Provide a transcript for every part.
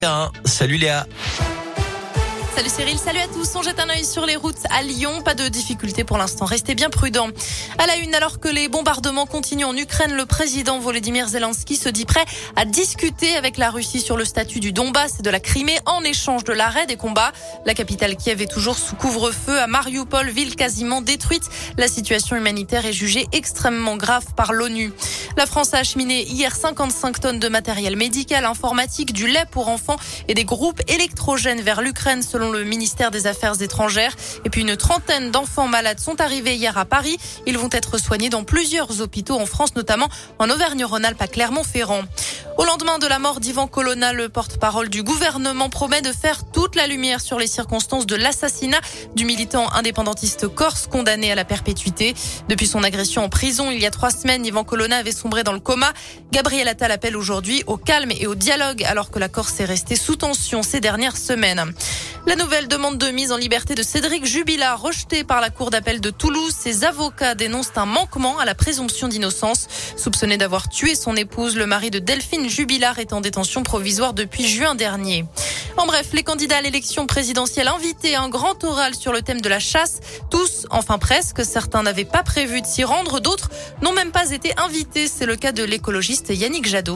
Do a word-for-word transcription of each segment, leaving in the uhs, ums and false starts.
Bien, salut Léa. Salut Cyril, salut à tous. On jette un œil sur les routes à Lyon. Pas de difficultés pour l'instant. Restez bien prudents. À la une, alors que les bombardements continuent en Ukraine, le président Volodymyr Zelensky se dit prêt à discuter avec la Russie sur le statut du Donbass et de la Crimée en échange de l'arrêt des combats. La capitale Kiev est toujours sous couvre-feu. À Mariupol, ville quasiment détruite, la situation humanitaire est jugée extrêmement grave par l'ONU. La France a acheminé hier cinquante-cinq tonnes de matériel médical, informatique, du lait pour enfants et des groupes électrogènes vers l'Ukraine selon le ministère des Affaires étrangères. Et puis une trentaine d'enfants malades sont arrivés hier à Paris. Ils vont être soignés dans plusieurs hôpitaux en France, notamment en Auvergne-Rhône-Alpes à Clermont-Ferrand. Au lendemain de la mort d'Ivan Colonna, le porte-parole du gouvernement promet de faire toute la lumière sur les circonstances de l'assassinat du militant indépendantiste corse condamné à la perpétuité. Depuis son agression en prison il y a trois semaines, Ivan Colonna avait sombré dans le coma. Gabriel Attal appelle aujourd'hui au calme et au dialogue alors que la Corse est restée sous tension ces dernières semaines. La nouvelle demande de mise en liberté de Cédric Jubilard rejetée par la cour d'appel de Toulouse. Ses avocats dénoncent un manquement à la présomption d'innocence. Soupçonné d'avoir tué son épouse, le mari de Delphine Jubilard est en détention provisoire depuis juin dernier. En bref, les candidats à l'élection présidentielle invités à un grand oral sur le thème de la chasse. Tous, enfin presque, certains n'avaient pas prévu de s'y rendre, d'autres n'ont même pas été invités. C'est le cas de l'écologiste Yannick Jadot.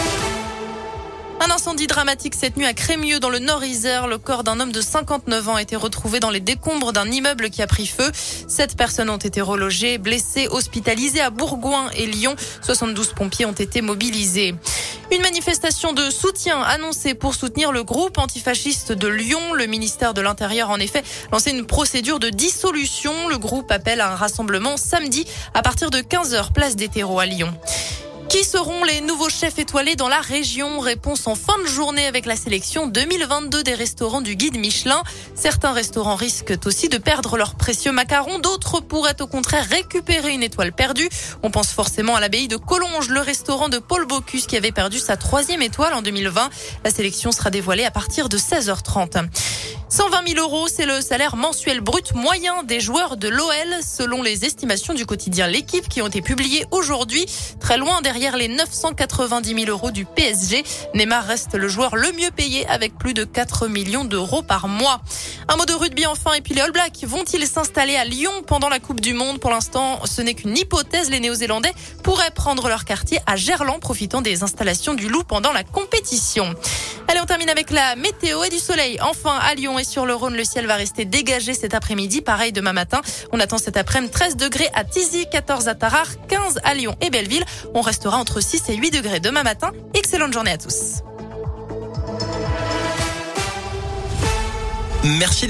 Un incendie dramatique cette nuit à Crémieux dans le Nord-Isère. Le corps d'un homme de cinquante-neuf ans a été retrouvé dans les décombres d'un immeuble qui a pris feu. Sept personnes ont été relogées, blessées, hospitalisées à Bourgoin et Lyon. soixante-douze pompiers ont été mobilisés. Une manifestation de soutien annoncée pour soutenir le groupe antifasciste de Lyon. Le ministère de l'Intérieur a en effet lancé une procédure de dissolution. Le groupe appelle à un rassemblement samedi à partir de quinze heures, place des Terreaux à Lyon. Qui seront les nouveaux chefs étoilés dans la région? Réponse en fin de journée avec la sélection deux mille vingt-deux des restaurants du guide Michelin. Certains restaurants risquent aussi de perdre leurs précieux macarons. D'autres pourraient au contraire récupérer une étoile perdue. On pense forcément à l'abbaye de Collonges, le restaurant de Paul Bocuse qui avait perdu sa troisième étoile en deux mille vingt. La sélection sera dévoilée à partir de seize heures trente. cent vingt mille euros, c'est le salaire mensuel brut moyen des joueurs de l'O L, selon les estimations du quotidien L'Équipe qui ont été publiées aujourd'hui. Très loin derrière les neuf cent quatre-vingt-dix mille euros du P S G. Neymar reste le joueur le mieux payé avec plus de quatre millions d'euros par mois. Un mot de rugby enfin, et puis les All Blacks vont-ils s'installer à Lyon pendant la Coupe du Monde? Pour l'instant, ce n'est qu'une hypothèse. Les Néo-Zélandais pourraient prendre leur quartier à Gerland, profitant des installations du Loup pendant la compétition. Allez, on termine avec la météo et du soleil. Enfin, à Lyon et sur le Rhône, le ciel va rester dégagé cet après-midi. Pareil demain matin. On attend cet après-midi treize degrés à Tizy, quatorze à Tarare, quinze à Lyon et Belleville. On restera entre six et huit degrés demain matin. Excellente journée à tous. Merci.